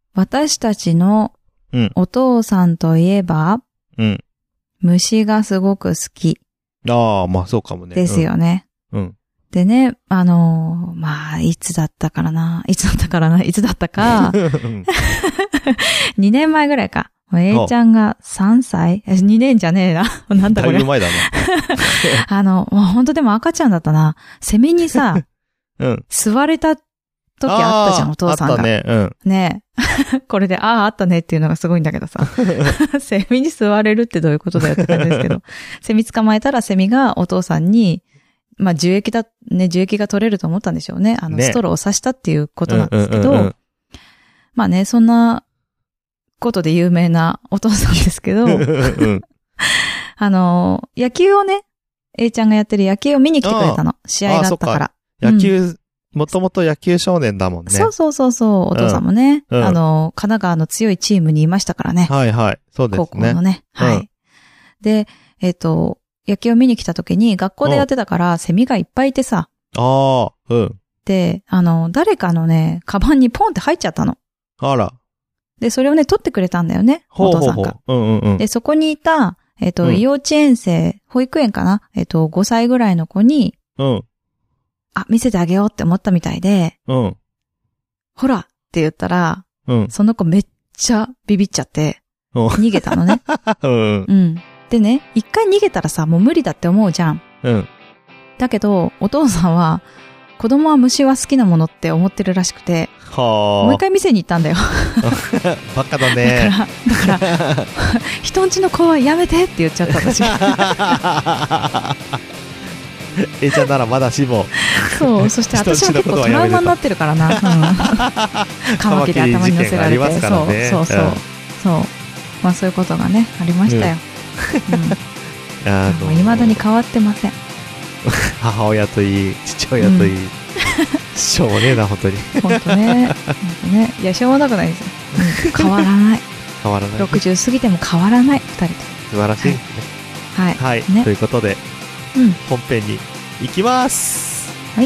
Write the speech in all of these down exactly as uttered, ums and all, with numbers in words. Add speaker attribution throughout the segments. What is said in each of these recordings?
Speaker 1: 私たちのお父さんといえば、
Speaker 2: うん。
Speaker 1: 虫がすごく好き。
Speaker 2: ああ、まあそうかもね。
Speaker 1: ですよね。
Speaker 2: うん。うん、
Speaker 1: でね、あのー、まあ、いつだったからな、いつだったからな、いつだったか、にねんまえぐらいか。A ちゃんがさんさい ?に 年じゃねえな。なんだこれ。
Speaker 2: だいぶ前だな。
Speaker 1: あの、もう本当でも赤ちゃんだったな。セミにさ、
Speaker 2: うん、
Speaker 1: 吸われた時あったじゃん、お父さんが。
Speaker 2: あったね。うん。
Speaker 1: ねえ。これで、ああ、あったねっていうのがすごいんだけどさ。セミに吸われるってどういうことだよって感じですけど。セミ捕まえたらセミがお父さんに、まあ、樹液だ、ね、樹液が取れると思ったんでしょうね。あの、ね、ストローを刺したっていうことなんですけど、うんうんうんうん、まあね、そんなことで有名なお父さんですけど、うん、あの、野球をね、A ちゃんがやってる野球を見に来てくれたの。試合があったから。
Speaker 2: 野球、もともと野球少年だもんね。
Speaker 1: そうそうそうそう、お父さんもね、うん、あの、神奈川の強いチームにいましたからね。
Speaker 2: はいはい、そうですね。
Speaker 1: 高校のね。はい。うん、で、えっと、野球を見に来た時に学校でやってたからセミがいっぱいいてさ。
Speaker 2: ああ、うん。
Speaker 1: で、あの、誰かのね、カバンにポンって入っちゃったの。
Speaker 2: あら。
Speaker 1: で、それをね、取ってくれたんだよね。お父さんが。
Speaker 2: ほうほうほう。うんうんうん。
Speaker 1: で、そこにいた、えっと、うん、幼稚園生、保育園かなえっと、ごさいぐらいの子に、
Speaker 2: うん。
Speaker 1: あ、見せてあげようって思ったみたいで、
Speaker 2: うん。
Speaker 1: ほらって言ったら、
Speaker 2: うん。
Speaker 1: その子めっちゃビビっちゃって、
Speaker 2: うん。
Speaker 1: 逃げたのね。
Speaker 2: うん。
Speaker 1: うん。でね、一回逃げたらさ、もう無理だって思うじゃん。
Speaker 2: うん。
Speaker 1: だけど、お父さんは、子供は虫は好きなものって思ってるらしくて、
Speaker 2: はあ。
Speaker 1: もう一回店に行ったんだよ。
Speaker 2: バカだね。
Speaker 1: だから、だから、人んちの子はやめてって言っちゃった私。
Speaker 2: A ちゃんならまだしも。
Speaker 1: そう、そして私は結構トラウマになってるからな。うん、カマキリ頭に乗せられて、ね、そうそうそう、うん、そう、まあそういうことがねありましたよ。うん、あのー、未だに変わってません。
Speaker 2: 母親といい父親といい、うん、しょうもねえな本当に。
Speaker 1: 本当ね、本当ね、いやしょうもなくないですよ。うん、変わらない。
Speaker 2: 変わらない。
Speaker 1: ろくじゅう過ぎても変わらないふたりと。
Speaker 2: 素晴らしいですね。
Speaker 1: はい。
Speaker 2: はい。
Speaker 1: ね、
Speaker 2: ということで、うん、本編に行きます。
Speaker 1: はい。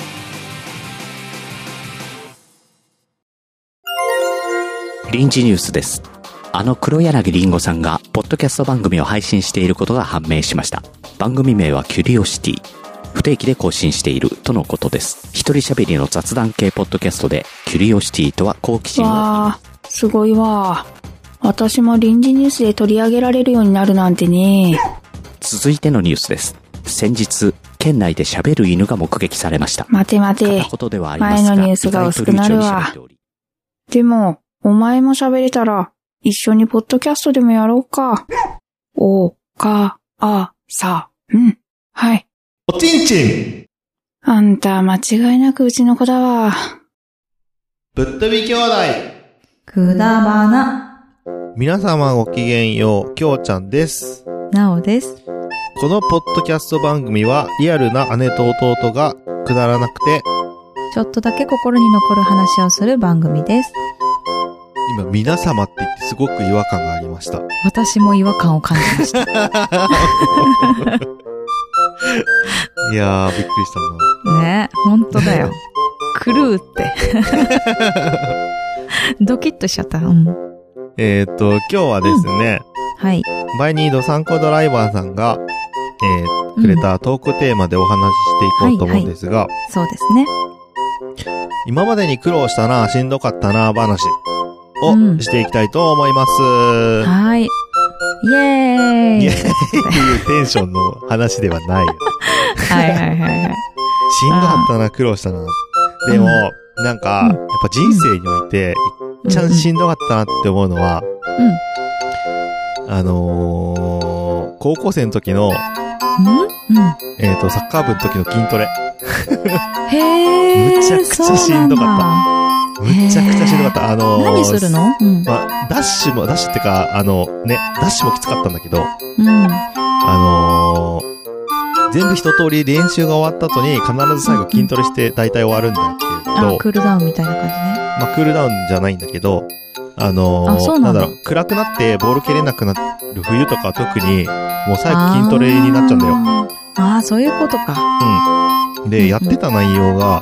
Speaker 3: 臨時ニュースです。あの黒柳りんごさんがポッドキャスト番組を配信していることが判明しました。番組名はキュリオシティ。不定期で更新しているとのことです。一人喋りの雑談系ポッドキャストでキュリオシティとは好奇心を。
Speaker 4: わー、すごいわー。私も臨時ニュースで取り上げられるようになるなんてね。
Speaker 3: 続いてのニュースです。先日県内で喋る犬が目撃されました。
Speaker 4: 待て待て。前のニュースが薄くなるわ。でもお前も喋れたら一緒にポッドキャストでもやろうか。おかあさん。はい。
Speaker 2: おちんちん。
Speaker 4: あんた間違いなくうちの子だわ。
Speaker 2: ぶっ飛び兄弟。
Speaker 1: くだばな。
Speaker 2: 皆様ごきげんよう、きょうちゃんです。
Speaker 1: なおです。
Speaker 2: このポッドキャスト番組はリアルな姉と弟がくだらなくて
Speaker 1: ちょっとだけ心に残る話をする番組です。
Speaker 2: 今皆様って言ってすごく違和感がありました。
Speaker 1: 私も違和感を感じました。
Speaker 2: いやーびっくりした
Speaker 1: な。ね、本当だよ。狂うって。ドキッとしちゃった。うん、
Speaker 2: えっと今日はですね、
Speaker 1: うん、はい。
Speaker 2: バイニード参考ドライバーさんが、えー、くれたトークテーマでお話ししていこうと思うんですが、
Speaker 1: うんはいはい、そうですね。
Speaker 2: 今までに苦労したな、しんどかったな話をしていきたいと思います。
Speaker 1: うん、はい。イエーイ。
Speaker 2: イエーイっていうテンションの話ではない。
Speaker 1: はいはいはいはい。
Speaker 2: しんどかったな、苦労したな。でも、うん、なんか、やっぱ人生において、いっちゃんしんどかったなって思うのは、うん、あのー、高校生の時の、うんうん、えっと、サッカー部の時の筋トレ。
Speaker 1: へー。
Speaker 2: むちゃくちゃしんどかった。むちゃくちゃしんどかった。あのー、
Speaker 1: 何するの、うん、
Speaker 2: まあ、ダッシュも、ダッシュってか、あの、ね、ダッシュもきつかったんだけど、
Speaker 1: うん、
Speaker 2: あのー、全部一通り練習が終わった後に必ず最後筋トレして大体終わるんだけど、
Speaker 1: あ、クールダウンみたいな感じね。
Speaker 2: まあ、クールダウンじゃないんだけど、あのー、
Speaker 1: あ、そうなんだ。
Speaker 2: なんだろう、暗くなってボール蹴れなくなる冬とか特に、もう最後筋トレになっちゃうんだよ。
Speaker 1: ああ、そういうことか。
Speaker 2: うん。で、やってた内容が、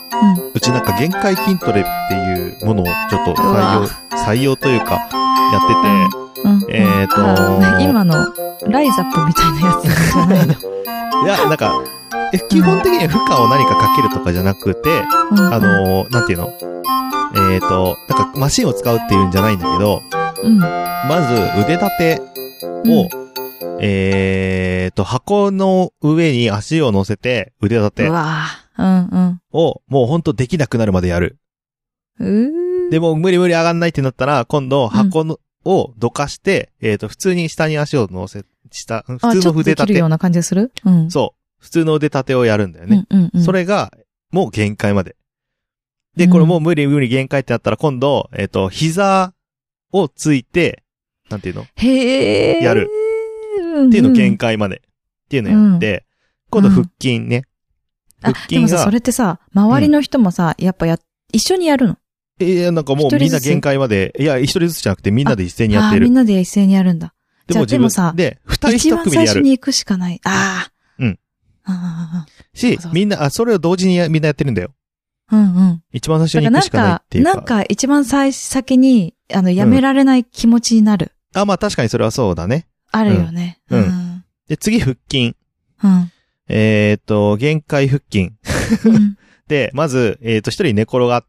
Speaker 2: うちなんか限界筋トレっていうものをちょっと採用、採用というか、やってて、うんうん、えっ、ー、と
Speaker 1: 今のライザップみたいなやつじゃないの
Speaker 2: いや、なんか、え基本的には負荷を何かかけるとかじゃなくて、うん、あのー、なんていうのえっ、ー、と、なんかマシンを使うっていうんじゃないんだけど、うん、まず腕立てを、うん、えっ、ー、と、箱の上に足を乗せて腕立てをもうほんとできなくなるまでやる。うでも無理無理上がんないってなったら、今度箱の、うん、をどかして、えっ、ー、と、普通に下に足を乗せ、下、普通の腕立て。あ、ちょっとできる
Speaker 1: ような感じがする？うん。
Speaker 2: そう。普通の腕立てをやるんだよね。うんうんうん、それが、もう限界まで。で、これもう無理無理限界ってなったら、今度、えっ、ー、と、膝をついて、なんていうの？
Speaker 1: へー。
Speaker 2: やる。っていうの限界まで。っていうのやって、うん、今度腹筋ね。
Speaker 1: うん、腹筋が。でもさ、それってさ、周りの人もさ、うん、やっぱや、一緒にやるの？
Speaker 2: えー、なんかもうみんな限界まで、いや、一人ずつじゃなくてみんなで一斉にやってる。
Speaker 1: あ、みんなで一斉にやるんだ。
Speaker 2: でも自分さ、で、二人一組でやる。
Speaker 1: 一番最初に行くしかない。ああ。
Speaker 2: うん。あし、みんな、あ、それを同時にみんなやってるんだよ。
Speaker 1: うんうん。
Speaker 2: 一番最初に行くしかないっていうか。
Speaker 1: なんか、なんか一番最先に、あの、やめられない気持ちになる。
Speaker 2: うん、あ、まあ確かにそれはそうだね。
Speaker 1: あるよね。
Speaker 2: うん。うん、で、次、腹筋。
Speaker 1: うん。
Speaker 2: えっ、ー、と、限界腹筋。うん、で、まず、えっ、ー、と、一人寝転がって、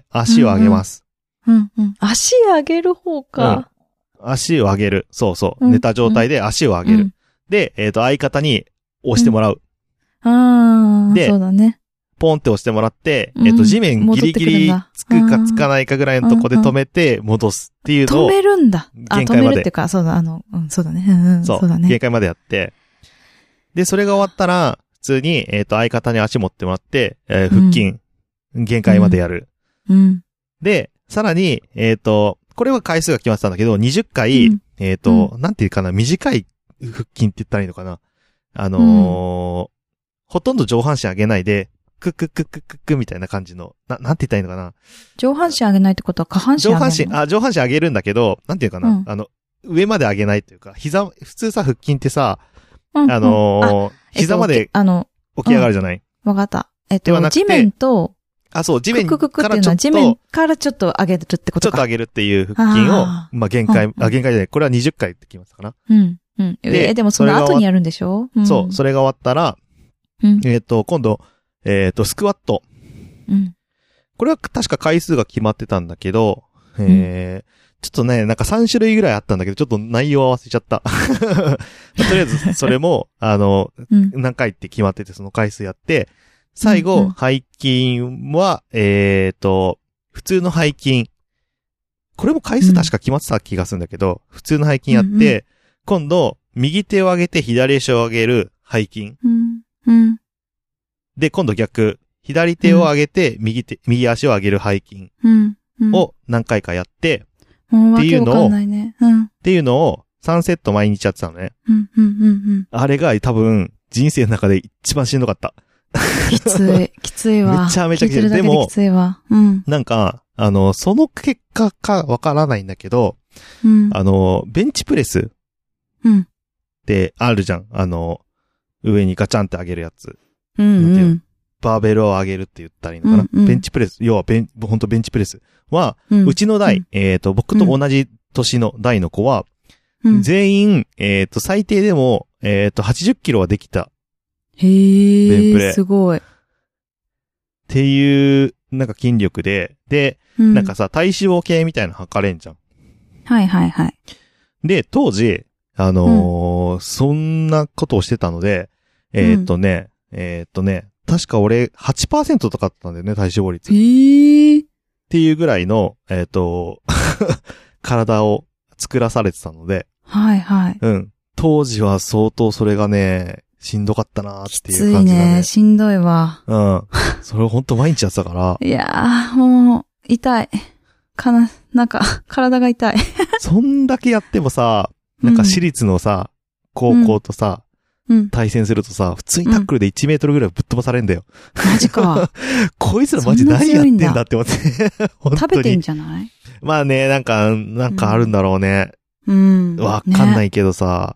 Speaker 2: 足を上げます。
Speaker 1: うんうん、うんうん。足上げる方か。
Speaker 2: うん。足を上げる。そうそう。うん、寝た状態で足を上げる。うん、で、えっ、ー、と、相方に押してもらう。
Speaker 1: うん、ああ、で、そうだね。
Speaker 2: ポンって押してもらって、えっ、ー、と、地面ギリギリつくかつかないかぐらいのとこで止めて戻すっていうのを。
Speaker 1: 止めるんだ。
Speaker 2: 限界まで。
Speaker 1: 止めるっていうか、そうだ、あの、うん、そうだね。うんうん、
Speaker 2: そう、
Speaker 1: そうだね。
Speaker 2: 限界までやって。で、それが終わったら、普通に、えっ、ー、と、相方に足持ってもらって、えー、腹筋、うん、限界までやる。
Speaker 1: うん。
Speaker 2: で、さらに、えっ、ー、と、これは回数が決まってたんだけど、にじゅっかい、うん、えっ、ー、と、うん、なんていうかな、短い腹筋って言ったらいいのかな。あのー、うん、ほとんど上半身上げないで、クックックックックックみたいな感じの、な、なんて言ったらいいのかな。
Speaker 1: 上半身上げないってことは下半身上げるの？
Speaker 2: 上半身、あ、上半身上げるんだけど、なんていうかな、うん、あの、上まで上げないというか、膝、普通さ、腹筋ってさ、うんうん、あのー、あ膝まで、あの、起き上がるじゃない？
Speaker 1: わ、うん、かった。えっと、地面と、
Speaker 2: あ、そう、地面からちょっと、
Speaker 1: クククっていうのは地面からちょっと上げるってことか。
Speaker 2: ちょっと上げるっていう腹筋を、あまあ、限界、うんうん、あ、限界じゃない。これはにじゅっかいってきましたかな。
Speaker 1: うん。うん。で、え、でもその後にやるんでしょ？
Speaker 2: うん、そう、それが終わったら、うん、えっ、ー、と、今度、えっ、ー、と、スクワット。
Speaker 1: うん。こ
Speaker 2: れは確か回数が決まってたんだけど、えー、うん、ちょっとね、なんかさん種類ぐらいあったんだけど、ちょっと内容合わせちゃった。まあ、とりあえず、それも、あの、うん、何回って決まってて、その回数やって、最後、うんうん、背筋は、えっ、ー、と、普通の背筋。これも回数確か決まってた気がするんだけど、うん、普通の背筋やって、うんうん、今度、右手を上げて左足を上げる背筋。
Speaker 1: うんうん、
Speaker 2: で、今度逆。左手を上げて、右手、右足を上げる背筋を何回かやって、
Speaker 1: っていうのを、ねうん、
Speaker 2: っていうのをさんセット毎日やってたのね。
Speaker 1: うんうんうんうん、
Speaker 2: あれが多分人生の中で一番しんどかった。
Speaker 1: きつい、きついわ。
Speaker 2: めちゃめちゃきつい。
Speaker 1: でも、きついわ。うん、
Speaker 2: なんか、あの、その結果かわからないんだけど、
Speaker 1: うん、
Speaker 2: あの、ベンチプレスってあるじゃん。あの、上にガチャンって上げるやつ。
Speaker 1: うんうん
Speaker 2: バーベルを上げるって言ったらいいのかな、うんうん、ベンチプレス、要はベン、ほんとベンチプレスは、うん、うちの代、うん、えっ、ー、と、僕と同じ年の代の子は、うん、全員、えっ、ー、と、最低でも、えっ、ー、と、はちじゅっキロはできた。
Speaker 1: へー。ベンプレ。すごい。
Speaker 2: っていう、なんか筋力で、で、うん、なんかさ、体脂肪計みたいなの測れんじゃん。
Speaker 1: はいはいはい。
Speaker 2: で、当時、あのーうん、そんなことをしてたので、えっ、ー、とね、うん、えっ、ー、とね、確か俺 はちパーセント とかだったんだよね、体脂肪率。
Speaker 1: へー。
Speaker 2: っていうぐらいの、えっ、ー、と、体を作らされてたので。
Speaker 1: はいはい。
Speaker 2: うん。当時は相当それがね、しんどかったなーっていう感じだね。
Speaker 1: きついね、しんどいわ。
Speaker 2: うん。それをほんと毎日やってたから。
Speaker 1: いやー、もう、痛い。かな、なんか、体が痛い。
Speaker 2: そんだけやってもさ、なんか私立のさ、うん、高校とさ、うん、対戦するとさ、普通にタックルでいちメートルぐらいぶっ飛ばされんだよ。
Speaker 1: マジか。
Speaker 2: こいつらマジ何やってんだって思って。本当に。
Speaker 1: 食べてんじゃない？
Speaker 2: まあね、なんか、なんかあるんだろうね。
Speaker 1: うん。
Speaker 2: わかんないけどさ、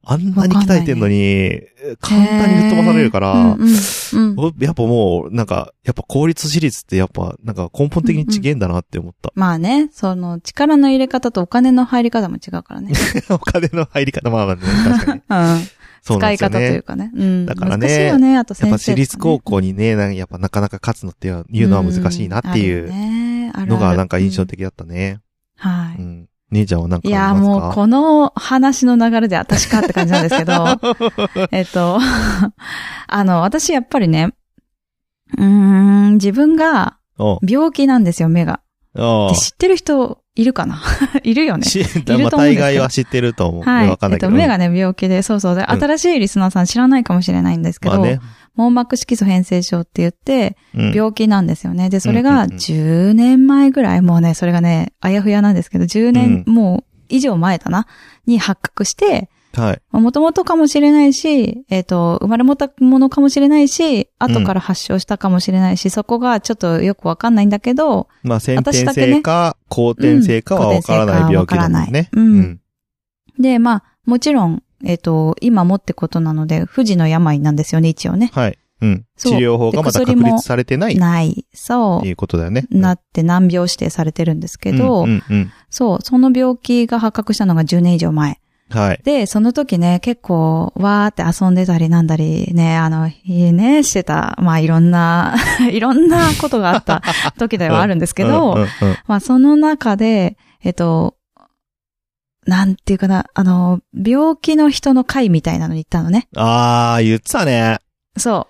Speaker 2: あんなに鍛えてんのに、簡単に吹っ飛ばされるから、うんうんうん、やっぱもう、なんか、やっぱ公立私立ってやっぱ、なんか根本的に違えんだなって思った。
Speaker 1: うんうん、まあね、その力の入れ方とお金の入り方も違うからね。
Speaker 2: お金の入り方、まあまあね、確かに。うん
Speaker 1: そうなんですよね、使い方というかね。うん。
Speaker 2: だからね。
Speaker 1: 難しいよね、あと先生、ね。
Speaker 2: やっぱ私立高校にね、やっぱなかなか勝つのっていうのは難しいなっていうのがなんか印象的だったね。
Speaker 1: うん、はい。
Speaker 2: うん。姉ちゃんはなんかありますか？
Speaker 1: いや、もうこの話の流れで私かって感じなんですけど、えっと、あの、私やっぱりね、うーん、自分が病気なんですよ、目が。で知ってる人いるかないるよね。
Speaker 2: いると思うんですけど。大概は知ってると思う。
Speaker 1: はい。
Speaker 2: わかんないけど。
Speaker 1: えっと、目がね、病気で、そうそう。で、うん、新しいリスナーさん知らないかもしれないんですけど、まあね、網膜色素変性症って言って、病気なんですよね。うん、で、それがじゅうねんまえぐらい、もうね、それがね、あやふやなんですけど、じゅうねん、うん、もう以上前だな、に発覚して、はい。もともとかもしれないし、えっと、生まれ持ったものかもしれないし、後から発症したかもしれないし、うん、そこがちょっとよくわかんないんだけど、
Speaker 2: まあ、先天性か、後天性かはわからない病気だもんね。
Speaker 1: うん。うん、で、まあ、もちろん、えっと、今もってことなので、不治の病なんですよね、一応ね。
Speaker 2: はい。うん。治療法がまだ確立されてない。
Speaker 1: ない。そう。
Speaker 2: っていうことだよね。
Speaker 1: なって難病指定されてるんですけど、うんうんうん、そう、その病気が発覚したのがじゅうねん以上前。
Speaker 2: はい。
Speaker 1: で、その時ね、結構、わーって遊んでたりなんだりね、あの、いいね、してた。まあ、いろんな、いろんなことがあった時ではあるんですけど、うんうんうん、まあ、その中で、えっと、なんていうかな、あの、病気の人の会みたいなのに行ったのね。
Speaker 2: あー、言ってたね。
Speaker 1: そう。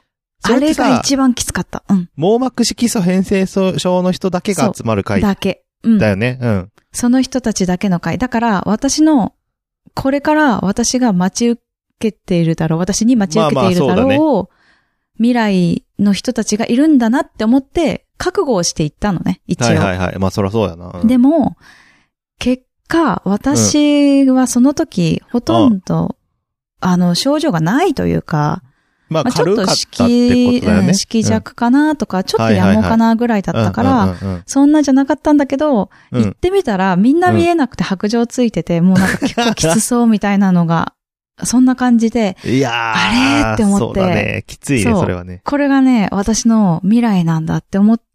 Speaker 1: あれが一番きつかった。うん。
Speaker 2: 網膜色素変性症の人だけが集まる会。
Speaker 1: だけ。うん。
Speaker 2: だよね。うん。
Speaker 1: その人たちだけの会。だから、私の、これから私が待ち受けているだろう、私に待ち受けているだろう、まあまあそうだね、未来の人たちがいるんだなって思って、覚悟をしていったのね、一応。
Speaker 2: はいはいはい。まあそらそうやな。
Speaker 1: うん、でも、結果、私はその時、うん、ほとんど、あの、症状がないというか、
Speaker 2: まあ、軽かったってことだよね。
Speaker 1: 色弱かなとか、うん、ちょっとやもかなぐらいだったから、そんなじゃなかったんだけど、うん、行ってみたらみんな見えなくて白状ついてて、うん、もうなんか結構きつそうみたいなのが、そんな感じで、
Speaker 2: いやー、
Speaker 1: あれって思って。
Speaker 2: そうだね。きついね、それはね。
Speaker 1: これがね、私の未来なんだって思って、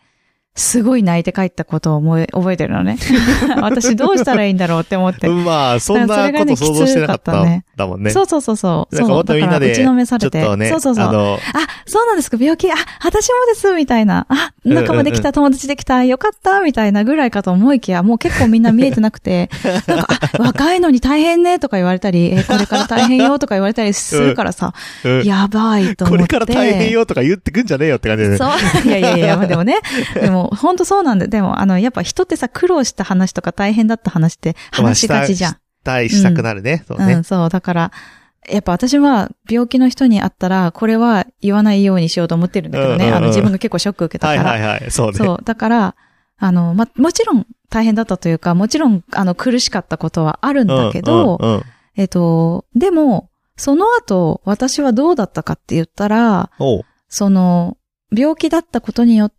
Speaker 1: すごい泣いて帰ったことを思い、覚えてるのね。私どうしたらいいんだろうって思って。
Speaker 2: まあ、そんなこと想像してなかった。ね、だもんね。
Speaker 1: そうそうそうそう。
Speaker 2: なんかまたみんなで、
Speaker 1: 打ちのめされて。
Speaker 2: ちょっとね、
Speaker 1: そうそうそう。あの、あ、そうなんですか、病気、あ、私もです、みたいな。あ、仲間できた、友達できた、よかった、みたいなぐらいかと思いきや、もう結構みんな見えてなくて、なんか、あ、若いのに大変ね、とか言われたり、え、これから大変よ、とか言われたりするからさ、うんうん、やばいと思って。
Speaker 2: これから大変よ、とか言ってくんじゃねえよって感じで、ね。
Speaker 1: そう。いやいやいや、でもね、でも、ほんとそうなんだ。でも、あの、やっぱ人ってさ、苦労した話とか大変だった話って話しがちじゃん。
Speaker 2: したい、したくなるね、
Speaker 1: うん。そうね。うん、そう。だから、やっぱ私は病気の人に会ったら、これは言わないようにしようと思ってるんだけどね。うんうんうん、あの、自分が結構ショック受けたから。
Speaker 2: はいはいはい。そうね。
Speaker 1: そう。だから、あの、ま、もちろん大変だったというか、もちろん、あの、苦しかったことはあるんだけど、うんうんうん、えっと、でも、その後、私はどうだったかって言ったら、その、病気だったことによって、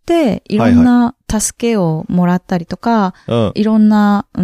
Speaker 1: いろんな助けをもらったりとか、はいはい、いろんな、うん、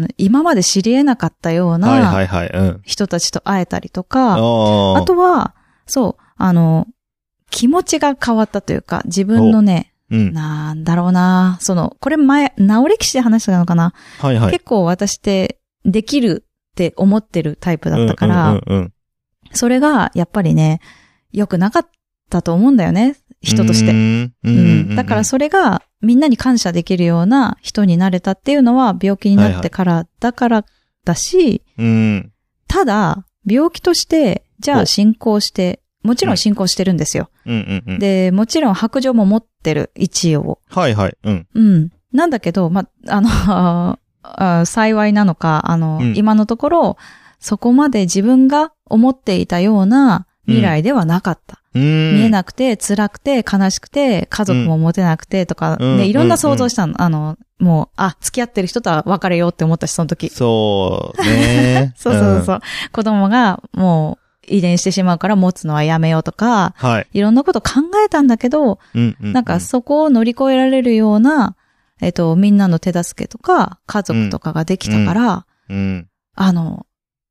Speaker 1: 今まで知り得なかったような人たちと会えたりとか、あとは、そう、あの、気持ちが変わったというか、自分のね、うん、なんだろうな、その、これ前、治りきしで話したのかな、はいはい、結構私ってできるって思ってるタイプだったから、うんうんうんうん、それがやっぱりね、良くなかったと思うんだよね。人として。うん、うん。だからそれがみんなに感謝できるような人になれたっていうのは病気になってからだからだし、はいはい、うん、ただ、病気として、じゃあ進行して、もちろん進行してるんですよ。うんうんうん、で、もちろん白状も持ってる、一応。
Speaker 2: はいはい。うん。
Speaker 1: うん。なんだけど、ま、あの、あ幸いなのか、あの、うん、今のところ、そこまで自分が思っていたような未来ではなかった。うん、見えなくて、辛くて、悲しくて、家族も持てなくてとか、うん、ね、いろんな想像したの。うんうん、あの、もう、あ、付き合ってる人とは別れようって思ったし、その時。
Speaker 2: そうね。
Speaker 1: そうそうそう、うん。子供がもう遺伝してしまうから持つのはやめようとか、はい。いろんなこと考えたんだけど、うんうんうん、なんかそこを乗り越えられるような、えっと、みんなの手助けとか、家族とかができたから、うんうん、あの、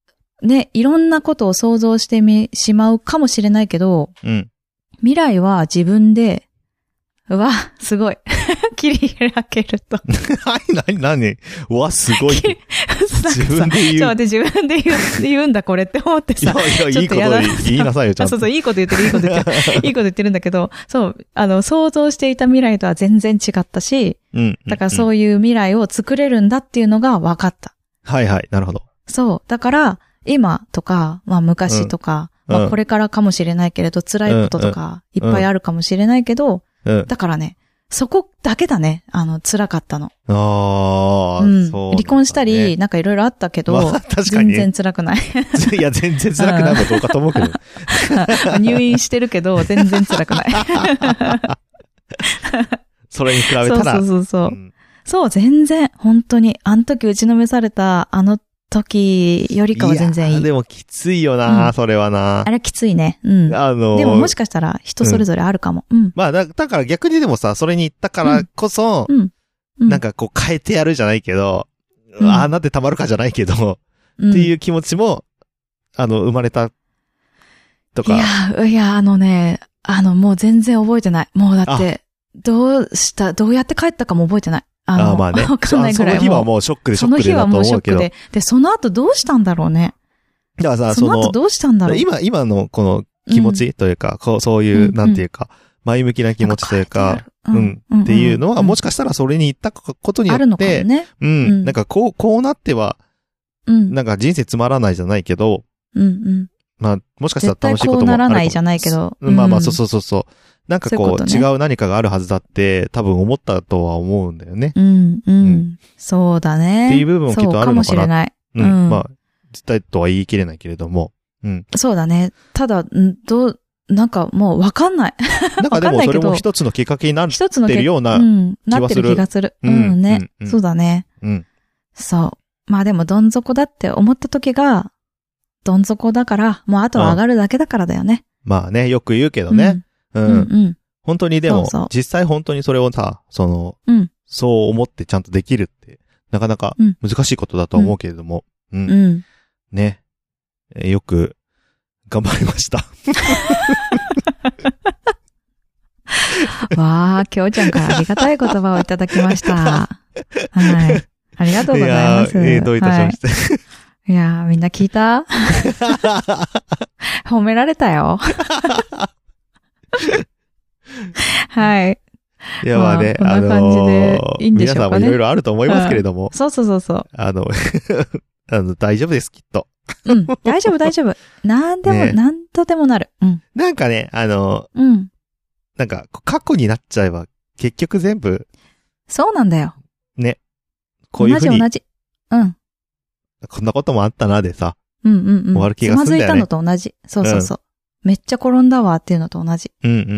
Speaker 1: ね、いろんなことを想像してみ、しまうかもしれないけど、
Speaker 2: うん。
Speaker 1: 未来は自分で、うわ、すごい。切り開けると。
Speaker 2: はい、なになにうわ、すごい。自分で言う。
Speaker 1: ちょっと待って、自分で言う、言うんだこれって思ってさ。
Speaker 2: いやいや、いいこと言いなさいよ、ちゃんと。
Speaker 1: そうそう、いいこと言ってる、いいこと言ってる。いいこと言ってるんだけど、そう、あの、想像していた未来とは全然違ったし、
Speaker 2: うん。
Speaker 1: だからそういう未来を作れるんだっていうのが分かった。
Speaker 2: はいはい、なるほど。
Speaker 1: そう。だから、今とか、まあ昔とか、うん、まあこれからかもしれないけれど、辛いこととか、いっぱいあるかもしれないけど、うんうん、だからね、そこだけだね。あの、辛かったの。
Speaker 2: ああ、うん、そう、ね。
Speaker 1: 離婚したり、なんかいろいろあったけど、まあ、確かに全然辛くない。
Speaker 2: いや、全然辛くないもどうかと思うけど。
Speaker 1: 入院してるけど、全然辛くない。
Speaker 2: それに比べたら。
Speaker 1: そうそうそうそう。うん、そう、全然、本当に、あの時打ちのめされた、あの時よりかは全然いい。いや、
Speaker 2: でもきついよな、うん、それはな。
Speaker 1: あれきついね。うん。あのー、でももしかしたら人それぞれあるかも。うん。うん、
Speaker 2: まあだ、だから逆にでもさ、それに行ったからこそ、うん。うん、なんかこう変えてやるじゃないけど、うん、ああなってたまるかじゃないけど、うん、っていう気持ちも、あの、生まれた、とか。
Speaker 1: いや、いや、あのね、あの、もう全然覚えてない。もうだって、どうした、どうやって帰ったかも覚えてない。あの、あまあね。わかんないぐらい。
Speaker 2: その日はもうショックでショックでだと思うけど。その日はもうショックで。
Speaker 1: で、その後どうしたんだろうね。
Speaker 2: だからさ、
Speaker 1: その後どうしたんだろう。
Speaker 2: 今、今のこの気持ちというか、うん、こう、そういう、うん、なんていうか、前向きな気持ちというか、うん、うん、っていうのは、もしかしたらそれに行ったことによって、あるのかもね。うん。なんかこう、こうなっては、うん。なんか人生つまらないじゃないけど、うんうん。まあ、もしかしたら楽しいこともあるかも。絶対こうならない
Speaker 1: じゃないけど。
Speaker 2: まあまあ、そうそうそうそう。なんかこう、ううね、違う何かがあるはずだって多分思ったとは思うんだよね。
Speaker 1: うん、うん、うん。そうだね。
Speaker 2: っていう部分もきっとあるのかな。そうかもしれ
Speaker 1: ない。
Speaker 2: うん。うん、まあ、絶対とは言い切れないけれども。うん。
Speaker 1: そうだね。ただ、どう、なんかもうわかんない。
Speaker 2: なんかでもそれも一つのきっかけになってるような気がする。うん、
Speaker 1: なってる気がする。うん、うん、ね、うん。そうだね。うん。そう。まあでもどん底だって思った時が、どん底だから、もうあとは上がるだけだからだよね。
Speaker 2: うん、まあね、よく言うけどね。うん。うん、うんうん本当にでも、そうそう実際本当にそれをさ、その、うん、そう思ってちゃんとできるって、なかなか難しいことだと思うけれども、うん。うんうん、ね、えー。よく、頑張りました。
Speaker 1: わあ、きょうちゃんからありがたい言葉をいただきました。はい。ありがとうございます。
Speaker 2: いや、えー、どういたしまして。
Speaker 1: はい、いやみんな聞いた褒められたよ。はい。
Speaker 2: いや、まあね、
Speaker 1: まあ、こんな感じでいいんでしょうかね。
Speaker 2: 皆さんもいろいろあると思いますけれども。
Speaker 1: そうそうそうそう。
Speaker 2: あの、あの、大丈夫です、きっと。
Speaker 1: うん、大丈夫、大丈夫。なんでも、ね、なんとでもなる。うん。
Speaker 2: なんかね、あの、うん。なんか、過去になっちゃえば、結局全部。
Speaker 1: そうなんだよ。
Speaker 2: ね。こういうふうに。
Speaker 1: 同じ、同じ。うん。
Speaker 2: こんなこともあったなでさ。
Speaker 1: うんうんうん。
Speaker 2: 終わる気がするんだよね。つまずいた
Speaker 1: のと同じ。そうそうそう。うんめっちゃ転んだわっていうのと同じ。
Speaker 2: うんうんうんうん。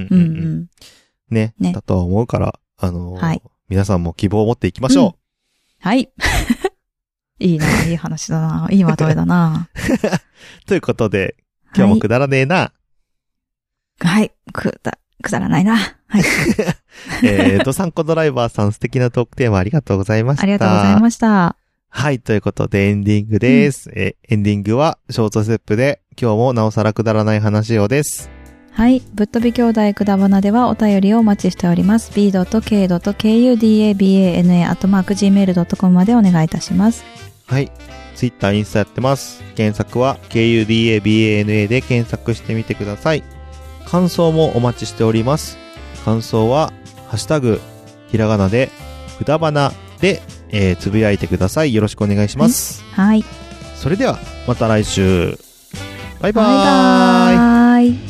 Speaker 2: うんうん。ね。ね。だとは思うから、あのー、はい。皆さんも希望を持っていきましょう。うん、
Speaker 1: はい。いいな、いい話だな、いいまとめだな。
Speaker 2: ということで、今日もくだらねえな。
Speaker 1: はい。くだ、くだらないな。はい。
Speaker 2: えー、ドサンコドライバーさん素敵なトークテーマありがとうございました。
Speaker 1: ありがとうございました。
Speaker 2: はい。ということでエンディングです。うん、えエンディングはショートステップで今日もなおさらくだらない話をです。
Speaker 1: はい。ぶっ飛び兄弟くだばなではお便りをお待ちしております。ビー ケー ケー ユー ディー エー ビー エー エヌ エー アットマーク ジーメール ドットコム までお願いいたします。
Speaker 2: はい。ツイッター、インスタやってます。検索は ケー ユー ディー エー ビー エー エヌ エー で検索してみてください。感想もお待ちしております。感想はハッシュタグひらがなでくだばなでえー、つぶやいてください。よろしくお願いします。
Speaker 1: はい。
Speaker 2: それでは、また来週。バイバーイ。
Speaker 1: バイバーイ。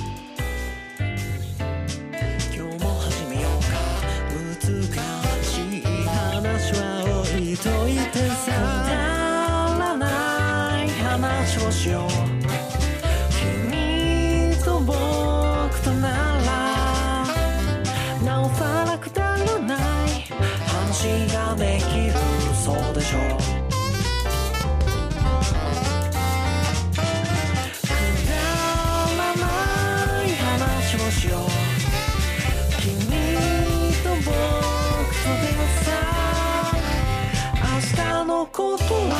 Speaker 5: 今日も始めようか。難しい話は置いといてさ。くだらない話をしよう。君と僕となら、なおさらくだらない話ができる。そうでしょう。くだらない話をしよう。君と僕とでさ、明日のことは